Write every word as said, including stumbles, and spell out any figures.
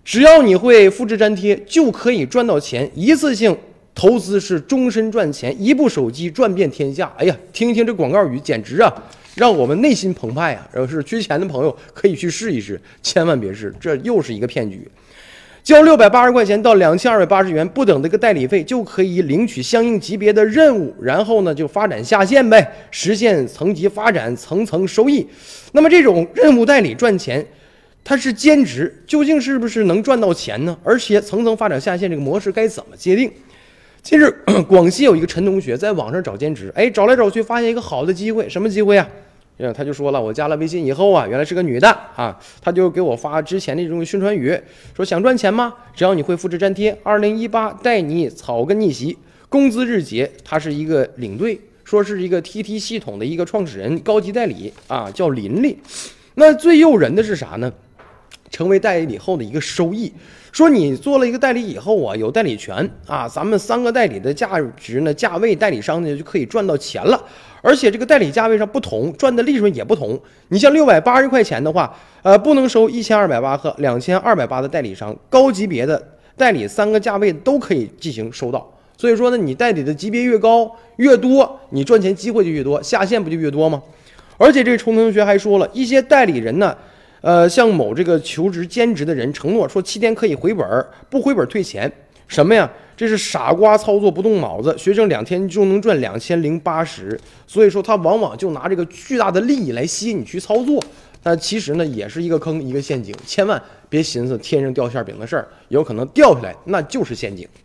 只要你会复制粘贴，就可以赚到钱，一次性投资是终身赚钱，一部手机赚遍天下。哎呀，听一听这广告语，简直啊，让我们内心澎湃啊！要是缺钱的朋友可以去试一试，千万别试，这又是一个骗局。交六百八十块钱到两千二百八十元不等的一个代理费，就可以领取相应级别的任务，然后呢就发展下线呗，实现层级发展，层层收益。那么这种任务代理赚钱，它是兼职，究竟是不是能赚到钱呢？而且层层发展下线这个模式该怎么界定？近日，广西有一个陈同学在网上找兼职，哎，找来找去发现一个好的机会，什么机会啊？他就说了，我加了微信以后啊，原来是个女的啊，他就给我发之前的这种宣传语，说想赚钱吗？只要你会复制粘贴，二零一八带你草根逆袭，工资日结。他是一个领队，说是一个 T T 系统的一个创始人，高级代理啊，叫林林。那最诱人的是啥呢？成为代理后的一个收益。说你做了一个代理以后啊，有代理权啊，咱们三个代理的价值呢，价位代理商呢就可以赚到钱了。而且这个代理价位上不同，赚的利润也不同。你像六百八十块钱的话，呃，不能收一千二百八和两千二百八的代理商，高级别的代理三个价位都可以进行收到。所以说呢，你代理的级别越高越多，你赚钱机会就越多，下线不就越多吗？而且这陈同学还说了，一些代理人呢。呃，向某这个求职兼职的人承诺说七天可以回本，不回本退钱，什么呀？这是傻瓜操作不动脑子，学生两天就能赚两千零八十，所以说他往往就拿这个巨大的利益来吸引你去操作，但其实呢也是一个坑，一个陷阱，千万别寻思天上掉馅饼的事儿，有可能掉下来那就是陷阱。